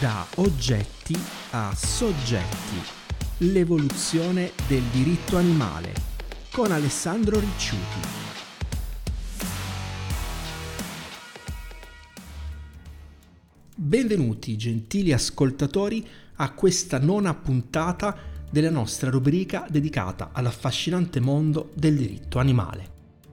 Da oggetti a soggetti. L'evoluzione del diritto animale con Alessandro Ricciuti. Benvenuti gentili ascoltatori a questa nona puntata della nostra rubrica dedicata all'affascinante mondo del diritto animale.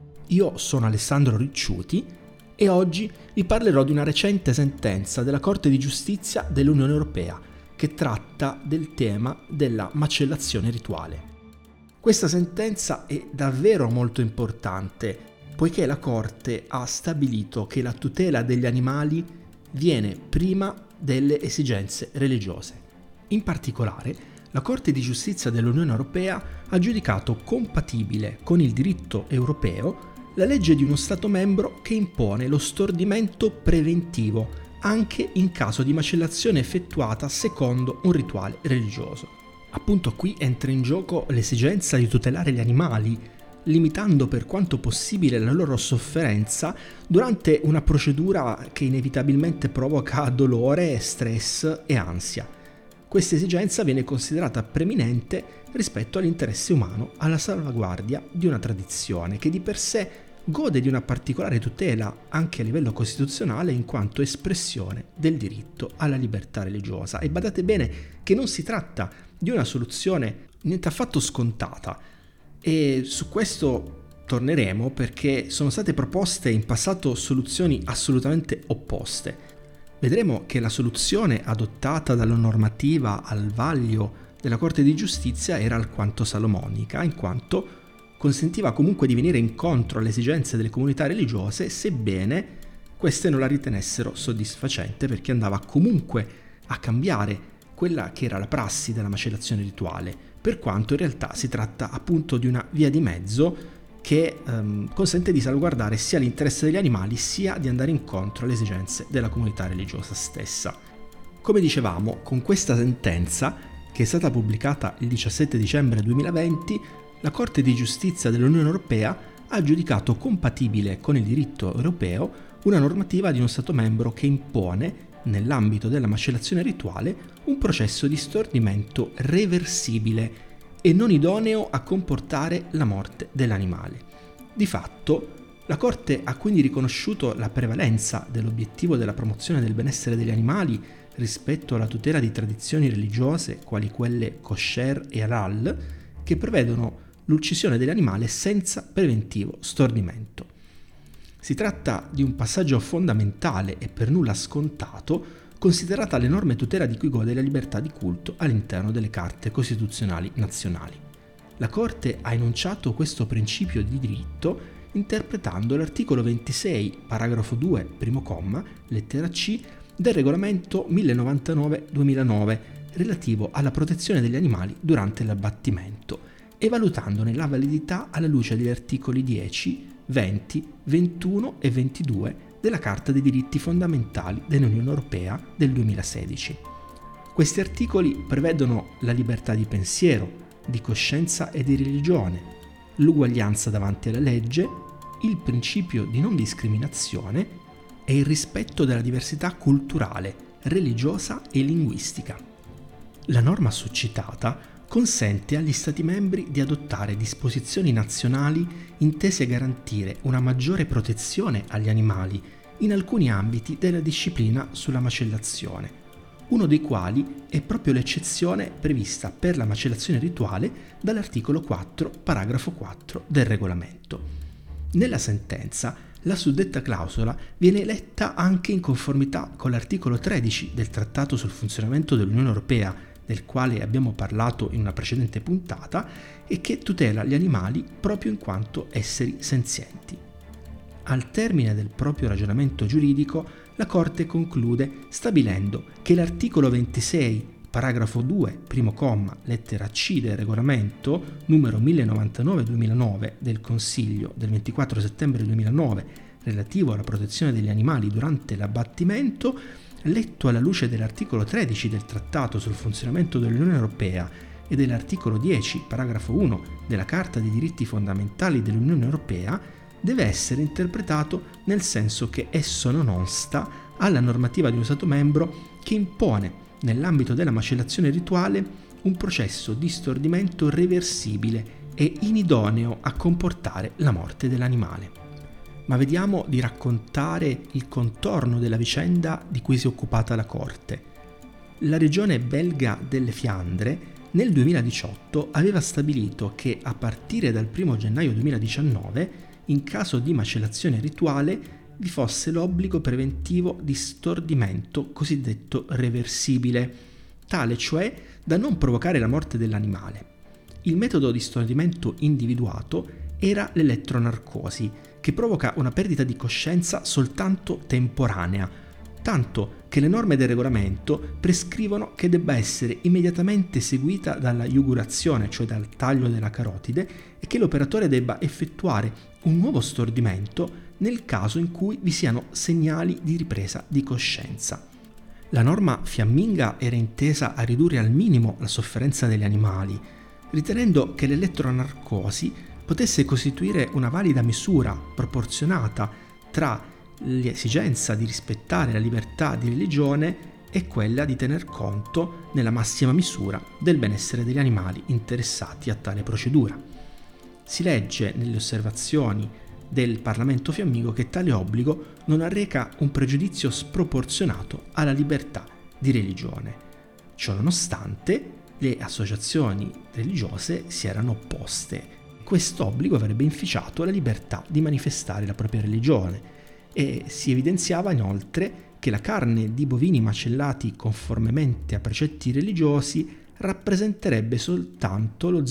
Io sono Alessandro Ricciuti e oggi vi parlerò di una recente sentenza della Corte di Giustizia dell'Unione Europea che tratta del tema della macellazione rituale. Questa sentenza è davvero molto importante poiché la Corte ha stabilito che la tutela degli animali viene prima delle esigenze religiose. In particolare, la Corte di Giustizia dell'Unione Europea ha giudicato compatibile con il diritto europeo la legge di uno Stato membro che impone lo stordimento preventivo anche in caso di macellazione effettuata secondo un rituale religioso. Appunto qui entra in gioco l'esigenza di tutelare gli animali, limitando per quanto possibile la loro sofferenza durante una procedura che inevitabilmente provoca dolore, stress e ansia. Questa esigenza viene considerata preminente rispetto all'interesse umano alla salvaguardia di una tradizione che di per sé gode di una particolare tutela anche a livello costituzionale in quanto espressione del diritto alla libertà religiosa. E badate bene che non si tratta di una soluzione niente affatto scontata e su questo torneremo perché sono state proposte in passato soluzioni assolutamente opposte. Vedremo che la soluzione adottata dalla normativa al vaglio della Corte di Giustizia era alquanto salomonica, in quanto consentiva comunque di venire incontro alle esigenze delle comunità religiose, sebbene queste non la ritenessero soddisfacente perché andava comunque a cambiare quella che era la prassi della macellazione rituale, per quanto in realtà si tratta appunto di una via di mezzo che consente di salvaguardare sia l'interesse degli animali sia di andare incontro alle esigenze della comunità religiosa stessa. Come dicevamo, con questa sentenza, che è stata pubblicata il 17 dicembre 2020, la Corte di Giustizia dell'Unione Europea ha giudicato compatibile con il diritto europeo una normativa di uno Stato membro che impone, nell'ambito della macellazione rituale, un processo di stordimento reversibile e non idoneo a comportare la morte dell'animale. Di fatto, la Corte ha quindi riconosciuto la prevalenza dell'obiettivo della promozione del benessere degli animali rispetto alla tutela di tradizioni religiose quali quelle kosher e halal, che prevedono l'uccisione dell'animale senza preventivo stordimento. Si tratta di un passaggio fondamentale e per nulla scontato, considerata l'enorme tutela di cui gode la libertà di culto all'interno delle carte costituzionali nazionali. La Corte ha enunciato questo principio di diritto interpretando l'articolo 26, paragrafo 2, primo comma, lettera C, del regolamento 1099/2009 relativo alla protezione degli animali durante l'abbattimento e valutandone la validità alla luce degli articoli 10, 20, 21 e 22 della Carta dei diritti fondamentali dell'Unione Europea del 2016. Questi articoli prevedono la libertà di pensiero, di coscienza e di religione, l'uguaglianza davanti alla legge, il principio di non discriminazione e il rispetto della diversità culturale, religiosa e linguistica. La norma succitata consente agli Stati membri di adottare disposizioni nazionali intese a garantire una maggiore protezione agli animali in alcuni ambiti della disciplina sulla macellazione, uno dei quali è proprio l'eccezione prevista per la macellazione rituale dall'articolo 4, paragrafo 4 del regolamento. Nella sentenza, la suddetta clausola viene letta anche in conformità con l'articolo 13 del Trattato sul funzionamento dell'Unione Europea, del quale abbiamo parlato in una precedente puntata, e che tutela gli animali proprio in quanto esseri senzienti. Al termine del proprio ragionamento giuridico, la Corte conclude stabilendo che l'articolo 26, paragrafo 2, primo comma, lettera C del regolamento numero 1099/2009 del Consiglio del 24 settembre 2009 relativo alla protezione degli animali durante l'abbattimento, letto alla luce dell'articolo 13 del Trattato sul funzionamento dell'Unione Europea e dell'articolo 10, paragrafo 1 della Carta dei diritti fondamentali dell'Unione Europea, deve essere interpretato nel senso che esso non osta alla normativa di uno Stato membro che impone, nell'ambito della macellazione rituale, un processo di stordimento reversibile e inidoneo a comportare la morte dell'animale. Ma vediamo di raccontare il contorno della vicenda di cui si è occupata la Corte. La regione belga delle Fiandre nel 2018 aveva stabilito che a partire dal 1 gennaio 2019, in caso di macellazione rituale, vi fosse l'obbligo preventivo di stordimento cosiddetto reversibile, tale cioè da non provocare la morte dell'animale. Il metodo di stordimento individuato era l'elettronarcosi, che provoca una perdita di coscienza soltanto temporanea, tanto che le norme del regolamento prescrivono che debba essere immediatamente seguita dalla iugurazione, cioè dal taglio della carotide, e che l'operatore debba effettuare un nuovo stordimento nel caso in cui vi siano segnali di ripresa di coscienza. La norma fiamminga era intesa a ridurre al minimo la sofferenza degli animali, ritenendo che l'elettronarcosi potesse costituire una valida misura proporzionata tra l'esigenza di rispettare la libertà di religione e quella di tener conto nella massima misura del benessere degli animali interessati a tale procedura. Si legge nelle osservazioni del Parlamento fiammingo che tale obbligo non arreca un pregiudizio sproporzionato alla libertà di religione. Ciò nonostante, le associazioni religiose si erano opposte. Questo obbligo avrebbe inficiato la libertà di manifestare la propria religione e si evidenziava inoltre che la carne di bovini macellati conformemente a precetti religiosi rappresenterebbe soltanto lo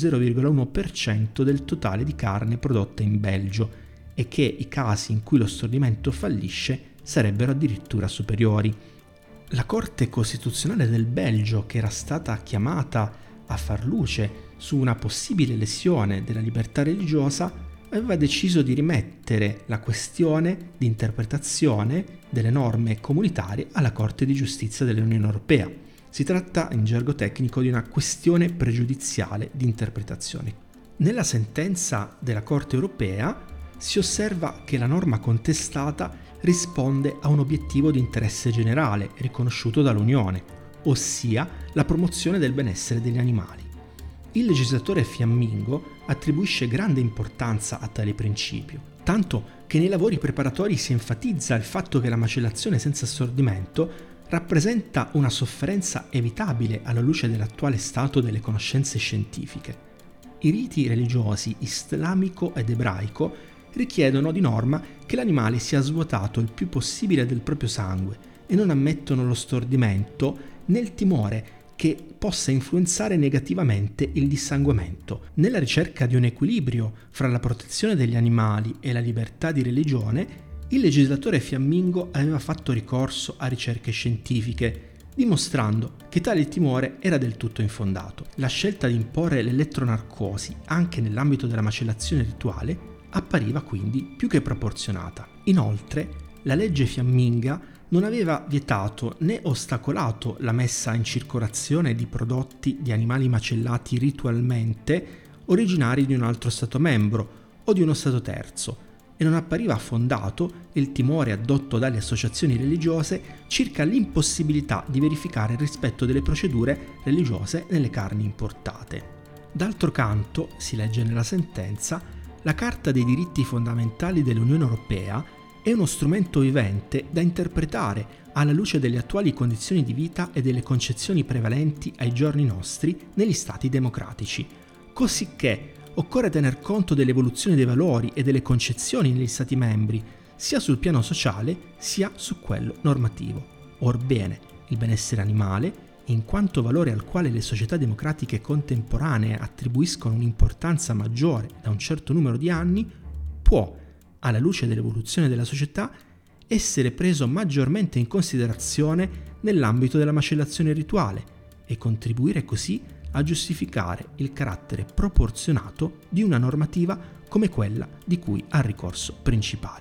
0,1% del totale di carne prodotta in Belgio e che i casi in cui lo stordimento fallisce sarebbero addirittura superiori. La Corte Costituzionale del Belgio, che era stata chiamata a far luce su una possibile lesione della libertà religiosa, aveva deciso di rimettere la questione di interpretazione delle norme comunitarie alla Corte di Giustizia dell'Unione Europea. Si tratta, in gergo tecnico, di una questione pregiudiziale di interpretazione. Nella sentenza della Corte Europea si osserva che la norma contestata risponde a un obiettivo di interesse generale riconosciuto dall'Unione, ossia la promozione del benessere degli animali. Il legislatore fiammingo attribuisce grande importanza a tale principio, tanto che nei lavori preparatori si enfatizza il fatto che la macellazione senza stordimento rappresenta una sofferenza evitabile alla luce dell'attuale stato delle conoscenze scientifiche. I riti religiosi islamico ed ebraico richiedono di norma che l'animale sia svuotato il più possibile del proprio sangue e non ammettono lo stordimento nel timore che possa influenzare negativamente il dissanguamento. Nella ricerca di un equilibrio fra la protezione degli animali e la libertà di religione, il legislatore fiammingo aveva fatto ricorso a ricerche scientifiche, dimostrando che tale timore era del tutto infondato. La scelta di imporre l'elettronarcosi anche nell'ambito della macellazione rituale appariva quindi più che proporzionata. Inoltre, la legge fiamminga non aveva vietato né ostacolato la messa in circolazione di prodotti di animali macellati ritualmente originari di un altro Stato membro o di uno Stato terzo, e non appariva fondato il timore addotto dalle associazioni religiose circa l'impossibilità di verificare il rispetto delle procedure religiose nelle carni importate. D'altro canto, si legge nella sentenza, la Carta dei diritti fondamentali dell'Unione Europea è uno strumento vivente da interpretare alla luce delle attuali condizioni di vita e delle concezioni prevalenti ai giorni nostri negli Stati democratici, cosicché occorre tener conto dell'evoluzione dei valori e delle concezioni negli Stati membri, sia sul piano sociale sia su quello normativo. Orbene, il benessere animale, in quanto valore al quale le società democratiche contemporanee attribuiscono un'importanza maggiore da un certo numero di anni, può, alla luce dell'evoluzione della società, essere preso maggiormente in considerazione nell'ambito della macellazione rituale e contribuire così a giustificare il carattere proporzionato di una normativa come quella di cui ha ricorso principale.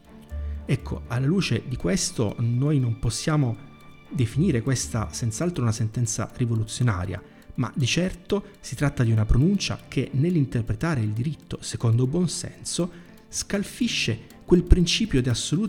Ecco, alla luce di questo noi non possiamo definire questa senz'altro una sentenza rivoluzionaria, ma di certo si tratta di una pronuncia che, nell'interpretare il diritto secondo buon senso, scalfisce quel principio di assoluta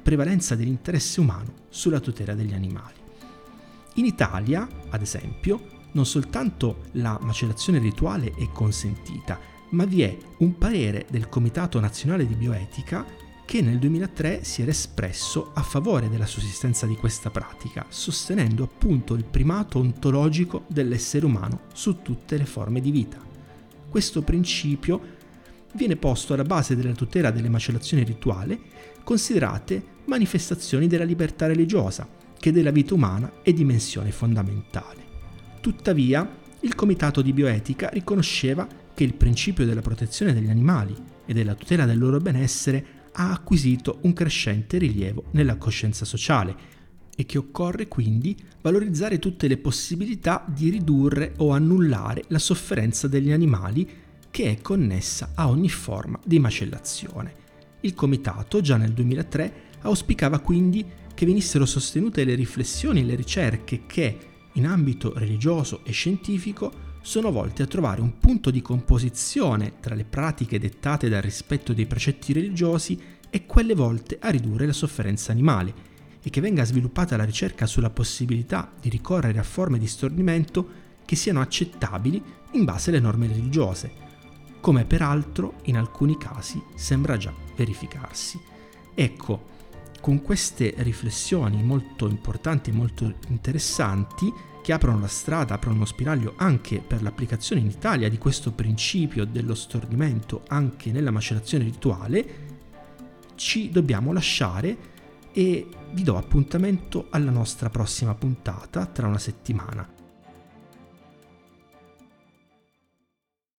prevalenza dell'interesse umano sulla tutela degli animali. In Italia, ad esempio, non soltanto la macellazione rituale è consentita, ma vi è un parere del Comitato Nazionale di Bioetica che nel 2003 si era espresso a favore della sussistenza di questa pratica, sostenendo appunto il primato ontologico dell'essere umano su tutte le forme di vita. Questo principio viene posto alla base della tutela delle macellazioni rituali, considerate manifestazioni della libertà religiosa, che della vita umana è dimensione fondamentale. Tuttavia, il Comitato di Bioetica riconosceva che il principio della protezione degli animali e della tutela del loro benessere ha acquisito un crescente rilievo nella coscienza sociale e che occorre quindi valorizzare tutte le possibilità di ridurre o annullare la sofferenza degli animali che è connessa a ogni forma di macellazione. Il Comitato, già nel 2003, auspicava quindi che venissero sostenute le riflessioni e le ricerche che, in ambito religioso e scientifico, sono volte a trovare un punto di composizione tra le pratiche dettate dal rispetto dei precetti religiosi e quelle volte a ridurre la sofferenza animale, e che venga sviluppata la ricerca sulla possibilità di ricorrere a forme di stordimento che siano accettabili in base alle norme religiose, come peraltro in alcuni casi sembra già verificarsi. Ecco, con queste riflessioni molto importanti e molto interessanti, che aprono la strada, aprono uno spiraglio anche per l'applicazione in Italia di questo principio dello stordimento anche nella macellazione rituale, ci dobbiamo lasciare e vi do appuntamento alla nostra prossima puntata tra una settimana.